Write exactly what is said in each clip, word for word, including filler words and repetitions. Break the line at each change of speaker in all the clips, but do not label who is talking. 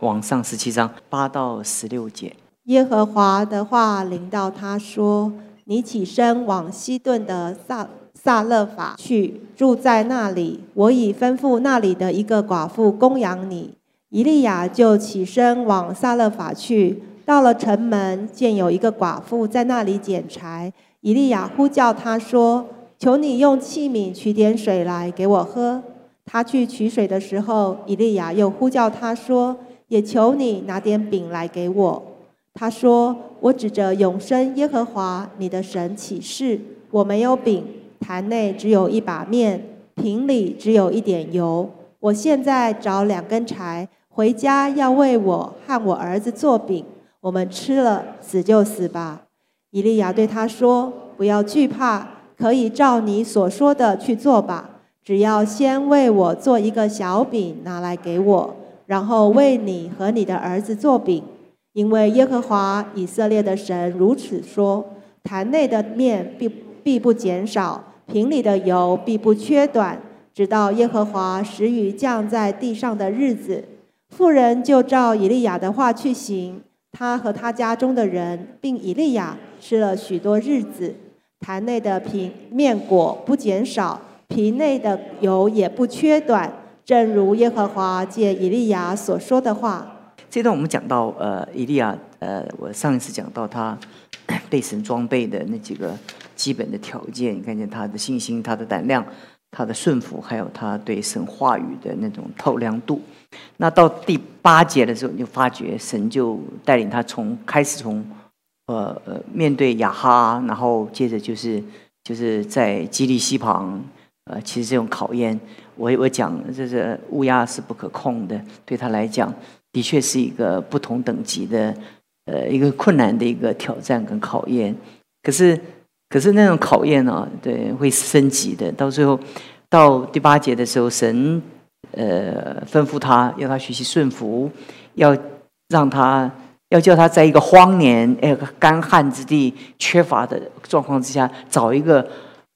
往上十七章八到十六节。
耶和华的话临到他说：“你起身往西顿的撒撒勒法去，住在那里。我已吩咐那里的一个寡妇供养你。”以利亚就起身往撒勒法去，到了城门，见有一个寡妇在那里捡柴。以利亚呼叫他说：“求你用器皿取点水来给我喝。”他去取水的时候，以利亚又呼叫他说：“也求你拿点饼来给我。”他说：“我指着永生耶和华你的神起誓，我没有饼，坛内只有一把面，瓶里只有一点油。我现在找两根柴，回家要为我和我儿子做饼，我们吃了，死就死吧。”以利亚对他说：“不要惧怕，可以照你所说的去做吧。只要先为我做一个小饼拿来给我，然后为你和你的儿子做饼。因为耶和华以色列的神如此说：坛内的面必必不减少，瓶里的油必不缺短，直到耶和华使雨降在地上的日子。”妇人就照以利亚的话去行，他和他家中的人并以利亚吃了许多日子。坛内的瓶面果不减少，瓶内的油也不缺短，正如耶和华借以利亚所说的话。
这段我们讲到，呃，以利亚，呃，我上一次讲到他被神装备的那几个基本的条件，你看见他的信心、他的胆量、他的顺服，还有他对神话语的那种透亮度。那到第八节的时候，你就发觉神就带领他从开始从呃呃面对亚哈，然后接着就是就是在基利溪旁，呃，其实这种考验，我我讲就是乌鸦是不可控的，对他来讲。的确是一个不同等级的，呃，一个困难的一个挑战跟考验。可是，可是那种考验呢、啊，对，会升级的。到最后，到第八节的时候，神呃吩咐他，要他学习顺服，要让他，要叫他在一个荒年、呃干旱之地、缺乏的状况之下，找一个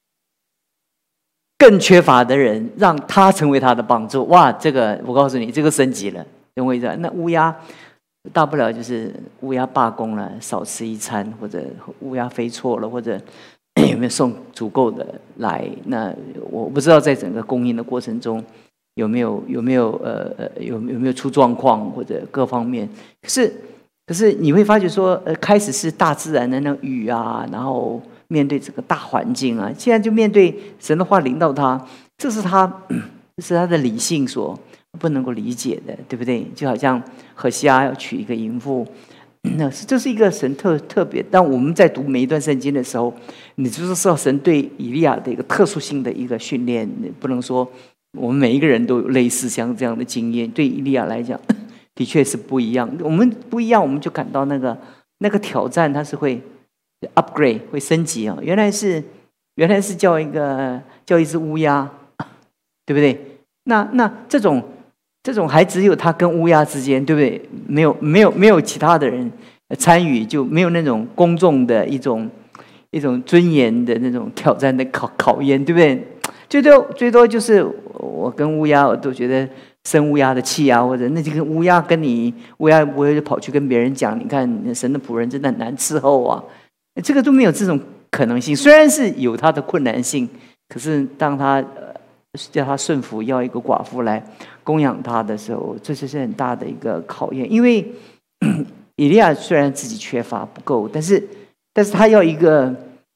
更缺乏的人，让他成为他的帮助。哇，这个我告诉你，这个升级了。因为那乌鸦大不了就是乌鸦罢工了，少吃一餐，或者乌鸦飞错了，或者有没有送足够的来？那我不知道在整个供应的过程中有没有有没有呃呃有有没有出状况或者各方面。可是可是你会发觉说，呃，开始是大自然的那雨啊，然后面对整个大环境啊，现在就面对神的话临到他，这是他这是他的理性所不能够理解的，对不对？就好像何西阿要娶一个淫妇，那是这是一个神特特别。当我们在读每一段圣经的时候，你就是知道神对以利亚的一个特殊性的一个训练。不能说我们每一个人都有类似像这样的经验，对以利亚来讲，的确是不一样。我们不一样，我们就感到那个那个挑战，它是会 upgrade 会升级啊。原来是原来是叫一个叫一只乌鸦，对不对？那那这种。这种还只有他跟乌鸦之间，对不对？没有没有没有其他的人参与，就没有那种公众的一种一种尊严的那种挑战的考考验，对不对？最多最多就是我跟乌鸦，我都觉得生乌鸦的气啊，或者那这个乌鸦跟你乌鸦不会跑去跟别人讲，你看神的仆人真的很难伺候啊，这个都没有这种可能性。虽然是有它的困难性，可是当他呃叫他顺服，要一个寡妇来供养他的时候，这就是很大的一个考验。因为以利亚虽然自己缺乏不够，但是但是他要一个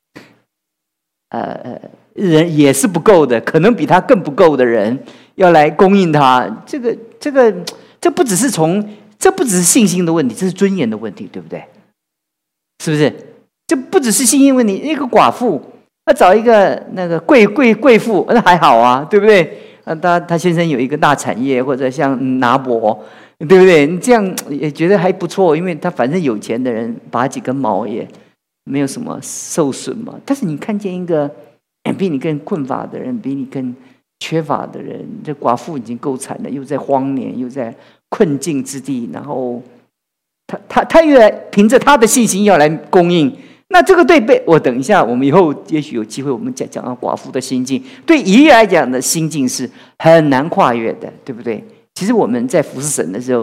呃人也是不够的，可能比他更不够的人要来供应他。这个这个这不只是从这不只是信心的问题，这是尊严的问题，对不对？是不是？这不只是信心问题。一个寡妇，要找一个那个贵贵贵妇，那还好啊，对不对？他他先生有一个大产业，或者像拿伯，对不对？这样也觉得还不错，因为他反正有钱的人拔几根毛也没有什么受损嘛。但是你看见一个比你更困乏的人，比你更缺乏的人，这寡妇已经够惨了，又在荒年，又在困境之地，然后他他他又来凭着他的信心要来供应。那这个对被我等一下，我们以后也许有机会，我们讲讲到寡妇的心境，对以利亚来讲的心境是很难跨越的，对不对？其实我们在服侍神的时候，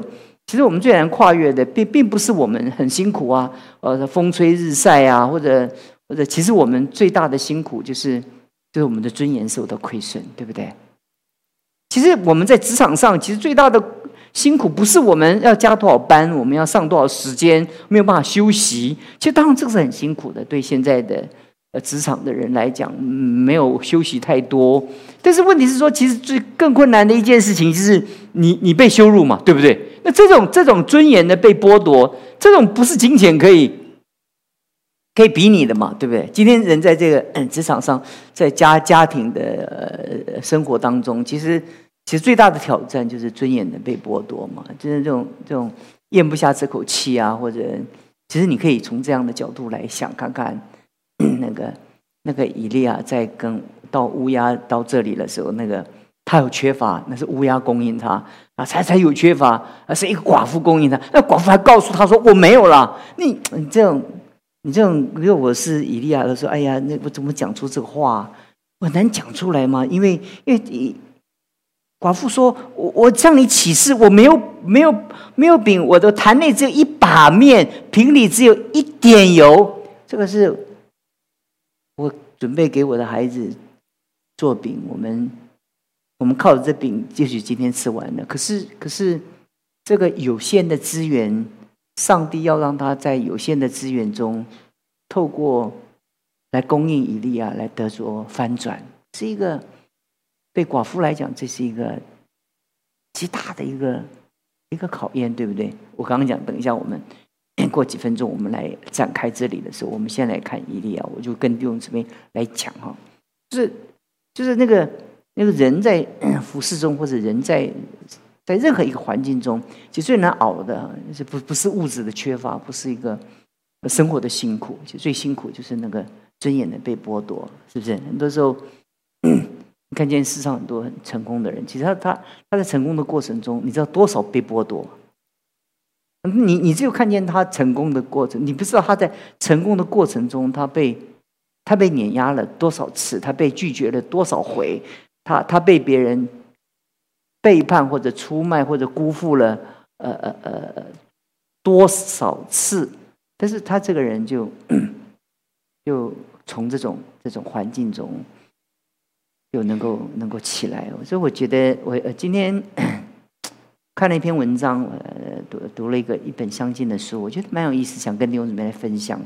其实我们最难跨越的，并并不是我们很辛苦啊，呃，风吹日晒啊，或者或者，其实我们最大的辛苦就是就是我们的尊严受到亏损，对不对？其实我们在职场上，其实最大的辛苦不是我们要加多少班，我们要上多少时间，没有办法休息。其实当然这个是很辛苦的，对现在的呃职场的人来讲，嗯，没有休息太多。但是问题是说，其实最更困难的一件事情就是你你被羞辱嘛，对不对？那这种这种尊严的被剥夺，这种不是金钱可以可以比拟的嘛，对不对？今天人在这个嗯职场上，在家家庭的呃生活当中，其实其实最大的挑战就是尊严的被剥夺嘛，就是这种这种咽不下这口气啊，或者其实你可以从这样的角度来想看看，那个那个以利亚在跟到乌鸦到这里的时候，那个他有缺乏，那是乌鸦供应他啊，才才有缺乏，而是一个寡妇供应他。那寡妇还告诉他说：“我没有了。”你你这种你这种，如果我是以利亚的说：“哎呀，那我怎么讲出这个话？我难讲出来吗？因为因为寡妇说：‘我我向你起誓，我没有没有没有饼，我的坛内只有一把面，瓶里只有一点油。’这个是我准备给我的孩子做饼，我们。”我们靠着这饼，也许今天吃完了。可是，可是这个有限的资源，上帝要让他在有限的资源中，透过来供应以利亚，来得着翻转，是一个对寡妇来讲，这是一个极大的一个一个考验，对不对？我刚刚讲，等一下我们过几分钟，我们来展开这里的时候，我们先来看以利亚，我就跟弟兄姊妹来讲哈，就是就是那个。那个人在服事中，或者人在在任何一个环境中，其实最难熬的，是不不是物质的缺乏，不是一个生活的辛苦，其实最辛苦就是那个尊严的被剥夺，是不是？很多时候，你看见世上很多很成功的人，其实他他他在成功的过程中，你知道多少被剥夺？你你只有看见他成功的过程，你不知道他在成功的过程中，他被他被碾压了多少次，他被拒绝了多少回。他他被别人背叛或者出卖或者辜负了呃呃呃多少次，但是他这个人就就从这种这种环境中就能够能够起来。所以我觉得我今天看了一篇文章，呃读读了一个一本相近的书，我觉得蛮有意思，想跟弟兄姊妹来分享。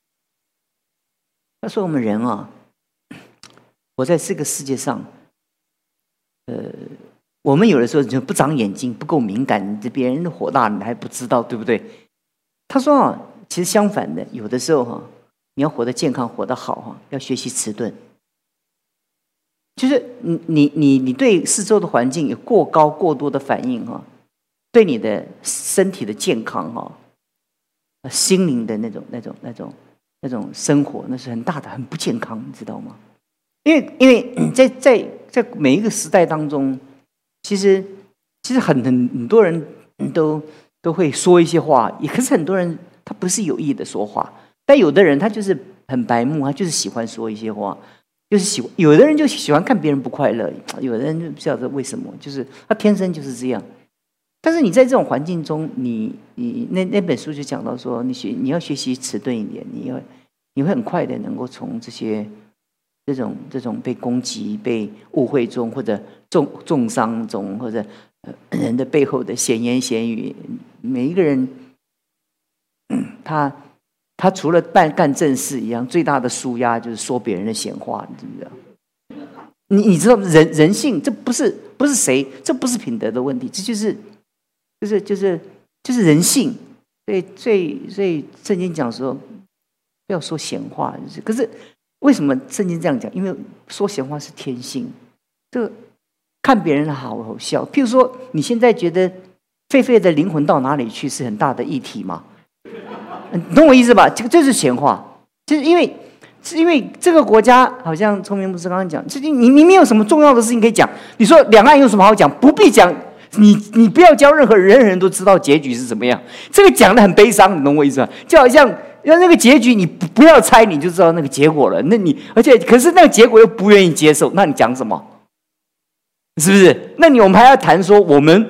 他说我们人啊，活在这个世界上。呃，我们有的时候就不长眼睛，不够敏感，别人的火大你还不知道，对不对？他说啊，其实相反的，有的时候哈、啊，你要活得健康，活得好哈、啊，要学习迟钝。就是你你你你对四周的环境有过高过多的反应哈、啊，对你的身体的健康哈、啊，心灵的那种那种那种那种生活，那是很大的很不健康，你知道吗？因为因为在在在每一个时代当中，其实其实很很很多人都都会说一些话，也可是很多人他不是有意的说话，但有的人他就是很白目，他就是喜欢说一些话，就是喜欢有的人就喜欢看别人不快乐，有的人就不晓得为什么，就是他天生就是这样。但是你在这种环境中，你你那那本书就讲到说，你学你要学习迟钝一点，你要你会很快的能够从这些。这种这种被攻击、被误会中，或者重重伤中，或者、呃、人的背后的闲言闲语，每一个人，嗯、他他除了办干正事一样，最大的抒压就是说别人的闲话，你知不知道？你你知道人人性，这不是不是谁，这不是品德的问题，这就是就是就是就是人性。所以所以所以圣经讲说，不要说闲话，就是可是。为什么圣经这样讲？因为说闲话是天性，这个看别人好好笑。譬如说，你现在觉得狒狒的灵魂到哪里去是很大的议题嘛？你懂我意思吧？这个这是闲话，就是因为是因为这个国家好像聪明牧师刚刚讲，你你没有什么重要的事情可以讲。你说两岸有什么好讲？不必讲。你你不要教任何人，人人都知道结局是怎么样。这个讲的很悲伤，你懂我意思吧？就好像要那个结局，你不要猜，你就知道那个结果了。那你而且可是那个结果又不愿意接受，那你讲什么？是不是？那你我们还要谈说，我们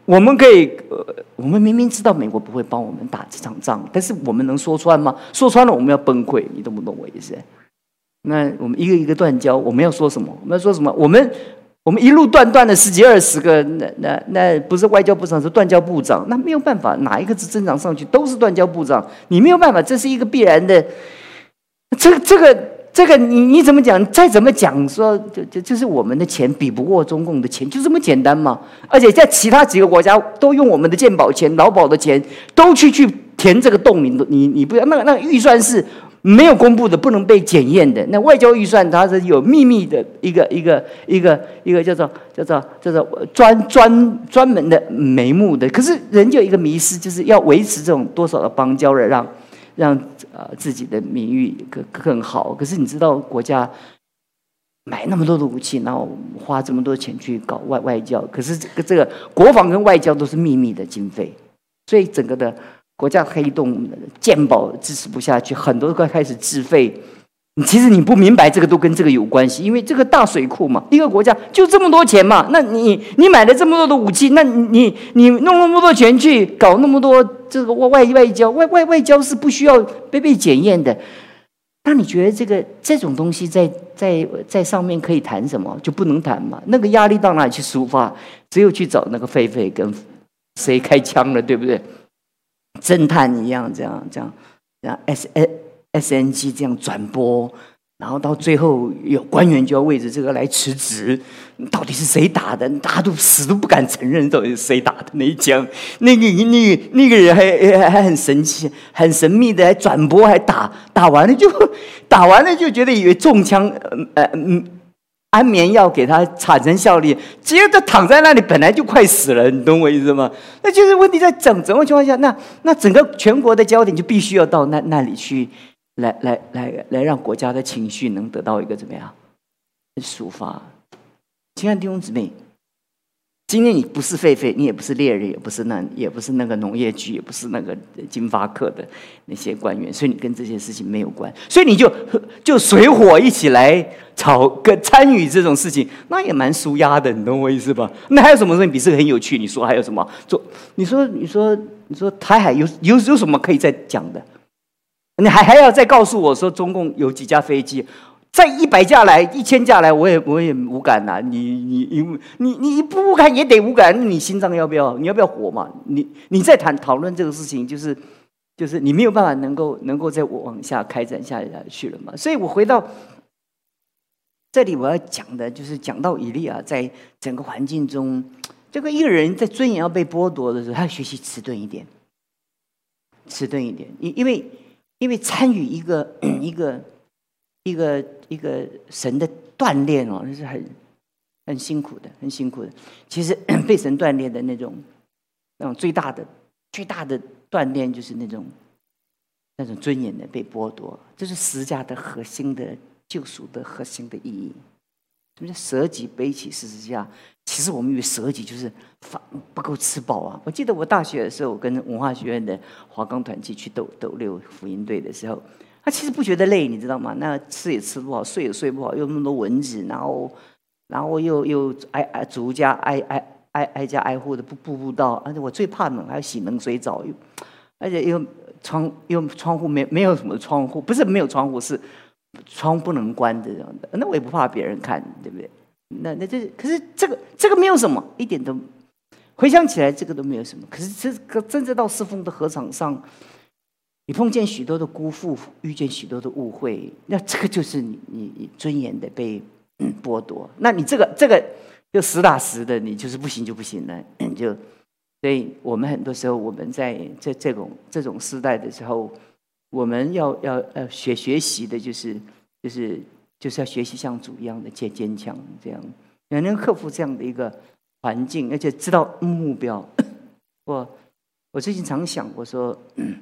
我们可以，呃，我们明明知道美国不会帮我们打这场仗，但是我们能说穿吗？说穿了，我们要崩溃，你懂不懂我意思？那我们一个一个断交，我们要说什么？我们要说什么？我们我们一路断断的十几二十个，那那那不是外交部长，是断交部长，那没有办法，哪一个执政长上去都是断交部长，你没有办法，这是一个必然的。这个这个。这个你你怎么讲？再怎么讲说，就就就是我们的钱比不过中共的钱，就这么简单嘛。而且在其他几个国家都用我们的健保钱、劳保的钱，都去去填这个洞，你你你不要那个那个预算是没有公布的，不能被检验的。那外交预算它是有秘密的一个一个一个一个叫做叫做叫做专专专门的眉目的。可是人就有一个迷失，就是要维持这种多少的邦交了，让。让呃自己的名誉更更好，可是你知道国家买那么多的武器，然后花这么多钱去搞外外交，可是这个这个国防跟外交都是秘密的经费，所以整个的国家黑洞健保支持不下去，很多快开始自费。其实你不明白，这个都跟这个有关系，因为这个大水库嘛，一个国家就这么多钱嘛，那你你买了这么多的武器，那你你弄那么多钱去搞那么多这个外外交，外外外交是不需要被被检验的。那你觉得这个这种东西在在在上面可以谈什么？就不能谈嘛？那个压力到哪里去抒发？只有去找那个狒狒跟谁开枪了，对不对？侦探一样，这样这样这样 S S。S N G 这样转播，然后到最后有官员就要为着这个来辞职，到底是谁打的？大家都死都不敢承认到底是谁打的那一枪。那个那个那个人还还很神奇、很神秘的，还转播，还打打完了就打完了就觉得以为中枪，呃嗯。安眠药给他产生效力，结果他躺在那里本来就快死了，你懂我意思吗？那就是问题在整整个情况下，那那整个全国的焦点就必须要到那那里去。来来来来，让国家的情绪能得到一个怎么样抒发？亲爱的弟兄姊妹，今天你不是狒狒，你也不是猎人，也不是那也不是那个农业局，也不是那个金发克的那些官员，所以你跟这些事情没有关，所以你就就水火一起来吵，跟参与这种事情，那也蛮舒压的，你懂我意思吧？那还有什么事情比这个很有趣？你说还有什么？做你说你说你说台海有有有什么可以再讲的？你还还要再告诉我说中共有几架飞机，再一百架来、一千架来，我也我也无感呐、啊。你你你你你不无感也得无感，你心脏要不要？你要不要活嘛？你你再谈讨论这个事情，就是就是你没有办法能够能够再往下开展下去了嘛。所以我回到这里，我要讲的就是讲到以利亚在整个环境中，这个一个人在尊严要被剥夺的时候，他要学习迟钝一点，迟钝一点，因因为。因为参与一个一个一个一个神的锻炼哦，那是很很辛苦的，很辛苦的。其实被神锻炼的那种那种最大的最大的锻炼，就是那种那种尊严的被剥夺，这是十字架的核心的救赎的核心的意义。什么叫舍己背起十字架？其实我们以为舍己就是不够吃饱啊！我记得我大学的时候，我跟文化学院的华冈团契去斗斗六福音队的时候，他其实不觉得累，你知道吗？那吃也吃不好，睡也睡不好，又那么多蚊子，然后然后又又挨挨逐家挨挨挨挨家挨户的步步步道，而且我最怕冷，还要洗冷水澡，又而且又窗又窗户没没有什么窗户，不是没有窗户，是窗不能关的这样的。那我也不怕别人看，对不对？那那这可是这个这个没有什么，一点都回想起来这个都没有什么。可是这个真正到侍奉的禾场上，你碰见许多的辜负，遇见许多的误会，那这个就是你你你尊严的被、嗯、剥夺。那你这个这个就实打实的，你就是不行就不行了，你就所以我们很多时候我们在这这种这种时代的时候，我们要要要学学习的就是就是。就是要学习像主一样的坚坚强，这样也能克服这样的一个环境，而且知道目标。我我最近常想，我说，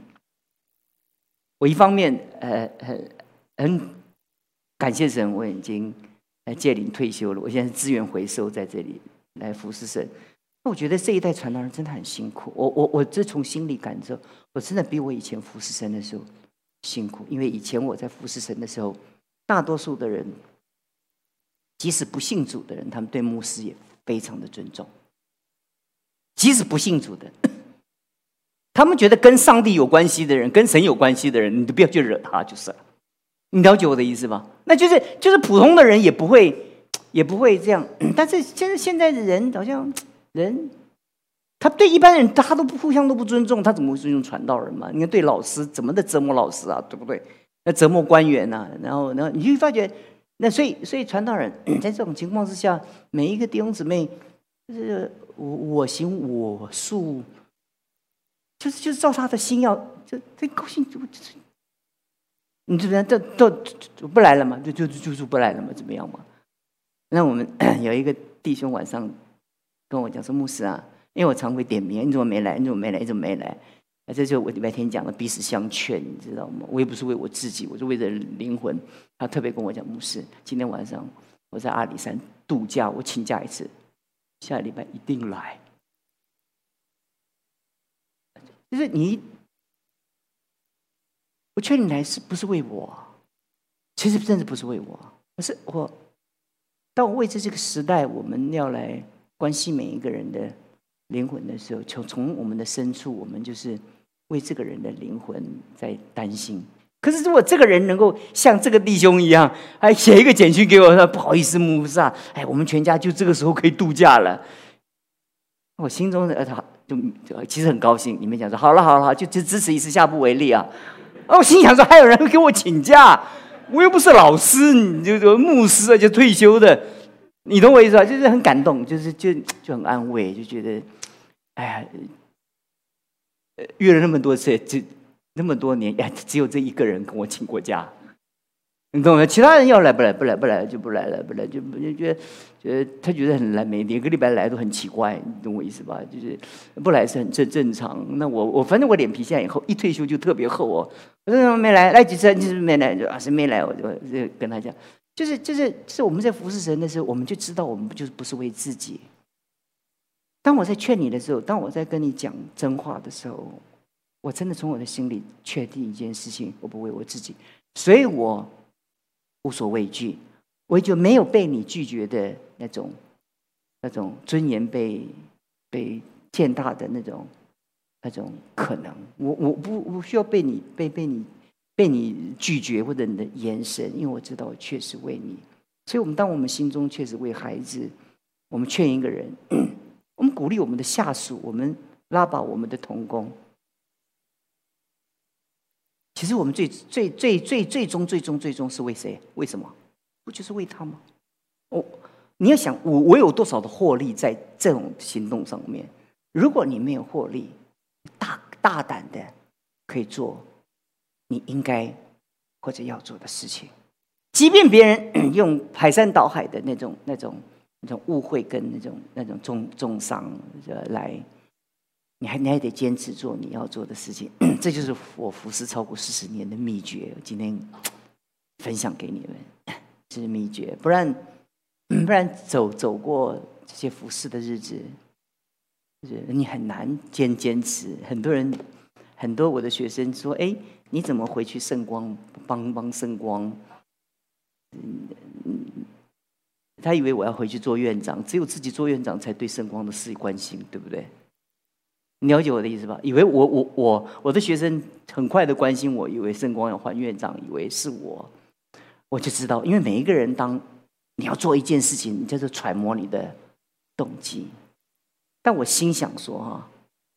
我一方面呃很很感谢神，我已经届龄退休了，我现在资源回收在这里来服侍神。我觉得这一代传道人真的很辛苦，我我我这从心里感受，我真的比我以前服侍神的时候辛苦，因为以前我在服侍神的时候。大多数的人，即使不信主的人，他们对牧师也非常的尊重。 即使不信主的，他们觉得跟上帝有关系的人，跟神有关系的人，你都不要去惹他就是了。你了解我的意思吧？那就是就是普通的人也不会也不会这样，但是现在现在的人好像人。他对一般人，他都不互相都不尊重，他怎么会尊重传道人嘛？你看对老师怎么的折磨老师啊，对不对？那折磨官员啊，然后，然后你就发觉，那所以，所以传道人在这种情况之下，每一个弟兄姊妹，就是我我行我素，就是就是照他的心要，就他高兴就就，你这边都都就不来了嘛，就就就就不来了嘛，怎么样嘛？那我们有一个弟兄晚上跟我讲说，牧师啊。因为我常会点名，你怎么没来？你怎么没来？你怎么没来？这就是我礼拜天讲的彼此相劝，你知道吗？我也不是为我自己，我是为了灵魂。他特别跟我讲，牧师，今天晚上我在阿里山度假，我请假一次，下礼拜一定来。就是你，我劝你来是不是为我？其实真的不是为我，可是我，当我为着这个时代，我们要来关心每一个人的灵魂的时候，从从我们的深处，我们就是为这个人的灵魂在担心。可是如果这个人能够像这个弟兄一样，还写一个简讯给我说：“不好意思，牧师啊，哎，我们全家就这个时候可以度假了。”我心中的他就其实很高兴。里面讲说：“好了好了，就就支持一次，下不为例啊。”我心想说：“还有人会给我请假，我又不是老师，你就牧师啊，就退休的。”你懂我意思吧？就是很感动，就是就就很安慰，就觉得，哎呀，约了那么多次，就那么多年，哎，只有这一个人跟我请过假，你懂吗？其他人要来不来，不来不来就不来了，不来就就觉得觉得他觉得很难，每每个礼拜来都很奇怪，你懂我意思吧？就是不来是很正正常。那我我反正我脸皮现在以后一退休就特别厚哦。我说没来，来几次就是没来，就啊谁没来我就就跟他讲。就是就是就是我们在服侍神的时候，我们就知道我们就是不是为自己。当我在劝你的时候，当我在跟你讲真话的时候，我真的从我的心里确定一件事情：我不为我自己，所以我无所畏惧，我就没有被你拒绝的那种那种尊严被被践踏的那种那种可能。我我不不需要被你被被你。被你拒绝或者你的眼神，因为我知道我确实为你，所以我们当我们心中确实为孩子，我们劝一个人，我们鼓励我们的下属，我们拉拔我们的同工。其实我们最最最最最终最终最终是为谁？为什么？不就是为他吗？我你要想，我我有多少的获利在这种行动上面？如果你没有获利，大大胆的可以做你应该或者要做的事情，即便别人用排山倒海的那种、那种、那种误会跟那种、那种重重伤来，你还你还得坚持做你要做的事情。这就是我服侍超过四十年的秘诀。今天分享给你们，这是秘诀。不然，不然走走过这些服侍的日子，你很难坚坚持。很多人。很多我的学生说：“哎，你怎么回去圣光帮帮圣光？”嗯，他以为我要回去做院长，只有自己做院长才对圣光的事关心，对不对？你了解我的意思吧？以为我我我我的学生很快的关心我，以为圣光要换院长，以为是我，我就知道，因为每一个人当你要做一件事情，你就是揣摩你的动机。但我心想说哈。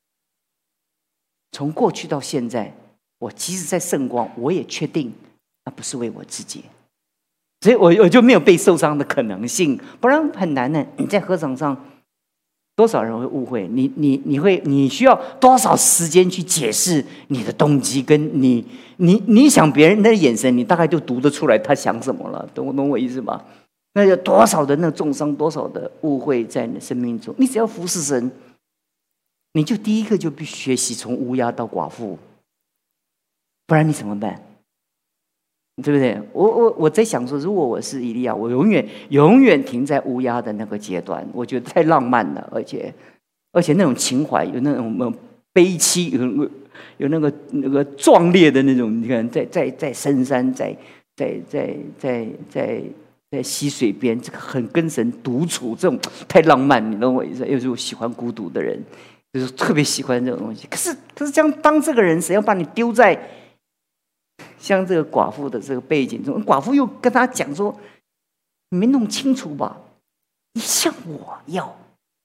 从过去到现在，我即使在圣光，我也确定那不是为我自己，所以我我就没有被受伤的可能性。不然很难呢。你在合场上，多少人会误会你？你你会你需要多少时间去解释你的动机？跟你你你想别人的眼神，你大概就读得出来他想什么了。懂我懂我意思吧？那有多少的那重伤，多少的误会在你的生命中？你只要服侍神。你就第一个就必须学习从乌鸦到寡妇，不然你怎么办？对不对？我我我在想说，如果我是以利亚，我永远永远停在乌鸦的那个阶段，我觉得太浪漫了，而且而且那种情怀，有那种悲戚，有有那个那个壮烈的那种，你看，在在在深山，在在在在在在溪水边，这个很跟神独处，这种太浪漫，你懂我意思？又是我喜欢孤独的人，就是特别喜欢这种东西。可是，可是，这样当这个人，谁要把你丢在像这个寡妇的这个背景中？寡妇又跟他讲说：“你没弄清楚吧？你像我要，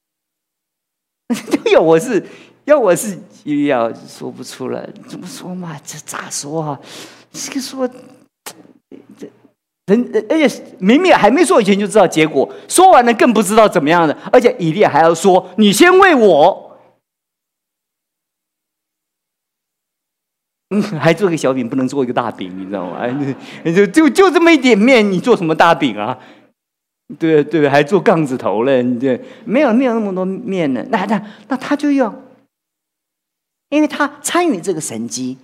要我是要我是要说不出来，怎么说嘛？这咋说啊？这个说这。”人，而且明明还没说以前就知道结果，说完了更不知道怎么样的，而且以利亚还要说：“你先为我。”嗯，还做个小饼，不能做一个大饼，你知道吗？就就就这么一点面，你做什么大饼啊？对对，还做杠子头了，对，没有没有那么多面呢。那那那他就要，因为他参与这个神迹，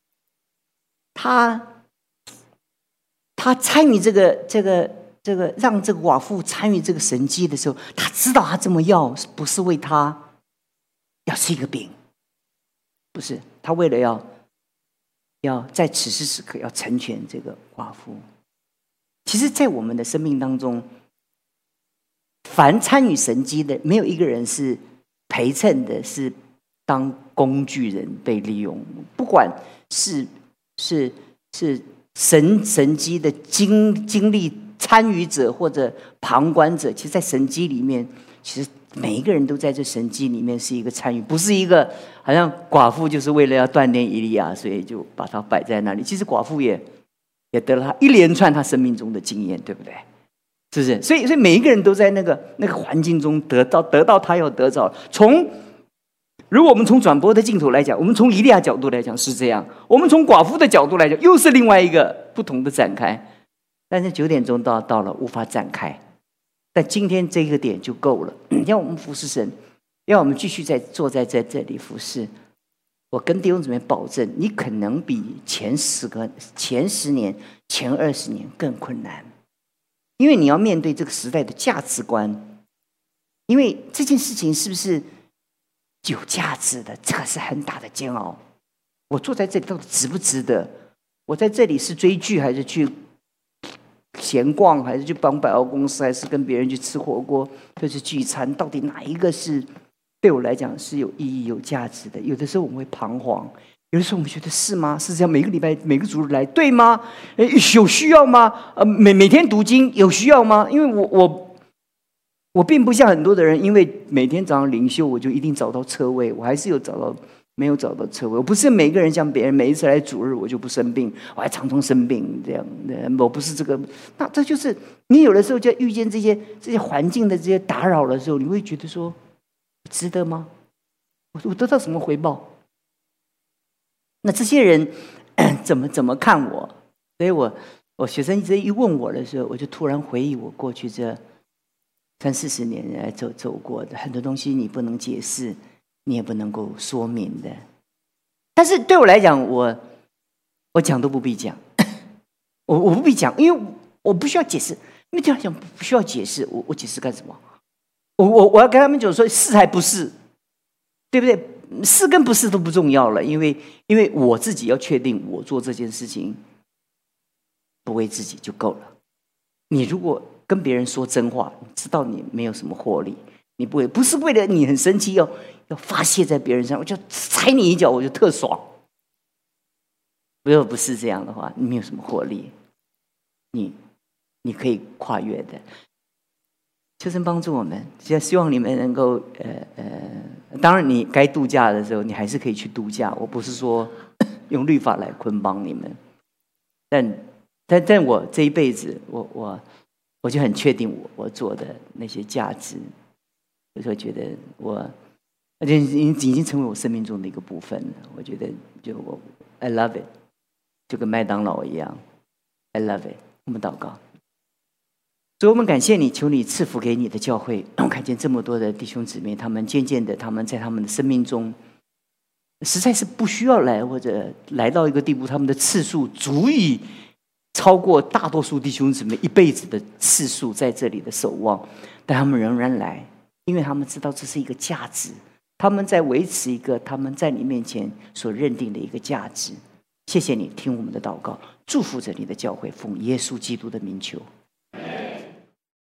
他。他参与这个、这个、这个，让这个寡妇参与这个神迹的时候，他知道他这么要不是为他要吃一个饼，不是他为了要要在此时此刻要成全这个寡妇。其实，在我们的生命当中，凡参与神迹的，没有一个人是陪衬的，是当工具人被利用。不管是是是。神神迹的经经历参与者或者旁观者，其实，在神迹里面，其实每一个人都在这神迹里面是一个参与，不是一个好像寡妇就是为了要锻炼以利亚，所以就把它摆在那里。其实寡妇也也得了他一连串他生命中的经验，对不对？是不是？所以，所以每一个人都在那个那个环境中得到得到他要得到。从如果我们从转播的镜头来讲，我们从以利亚角度来讲是这样；我们从寡妇的角度来讲，又是另外一个不同的展开。但是九点钟到到了，无法展开。但今天这个点就够了。要我们服侍神，要我们继续在坐在在这里服侍。我跟弟兄姊妹保证，你可能比前十个、前十年、前二十年更困难，因为你要面对这个时代的价值观。因为这件事情是不是？有价值的，这个是很大的煎熬。我坐在这里到底值不值得？我在这里是追剧，还是去闲逛，还是去帮百货公司，还是跟别人去吃火锅，就是聚餐？到底哪一个是对我来讲是有意义、有价值的？有的时候我们会彷徨，有的时候我们觉得是吗？是这样？每个礼拜、每个主日来，对吗？有需要吗？呃，每每天读经有需要吗？因为我我。我并不像很多的人，因为每天早上灵修，我就一定找到车位。我还是有找到，没有找到车位。我不是每个人像别人，每一次来主日我就不生病，我还常常生病这样的。我不是这个，那这就是你有的时候就遇见这些这些环境的这些打扰的时候，你会觉得说，值得吗？我我得到什么回报？那这些人怎么怎么看我？所以我我学生一直一问我的时候，我就突然回忆我过去这。三四十年来走走过的很多东西，你不能解释，你也不能够说明的。但是对我来讲，我我讲都不必讲，我我不必讲，因为我不需要解释。因为这样讲不需要解释，我我解释干什么？我我我要跟他们讲说是还不是，对不对？是跟不是都不重要了，因为因为我自己要确定我做这件事情不为自己就够了。你如果跟别人说真话，你知道你没有什么获利，你不会不是为了你很生气要要发泄在别人上，我就踩你一脚我就特爽。如果不是这样的话，你没有什么获利，你你可以跨越的。求神帮助我们，现在希望你们能够呃呃，当然你该度假的时候，你还是可以去度假。我不是说用律法来捆绑你们，但但但我这一辈子，我我。我就很确定我我做的那些价值，有时候觉得我，而且已经已经成为我生命中的一个部分了。我觉得就我 I love it， 就跟麦当劳一样 I love it。我们祷告，所以我们感谢你，求你赐福给你的教会。我看见这么多的弟兄姊妹，他们渐渐的，他们在他们的生命中，实在是不需要来，或者来到一个地步，他们的次数足以。超过大多数弟兄姊妹一辈子的次数在这里的守望，但他们仍然来，因为他们知道这是一个价值，他们在维持一个他们在你面前所认定的一个价值。谢谢你听我们的祷告，祝福着你的教会，奉耶稣基督的名求。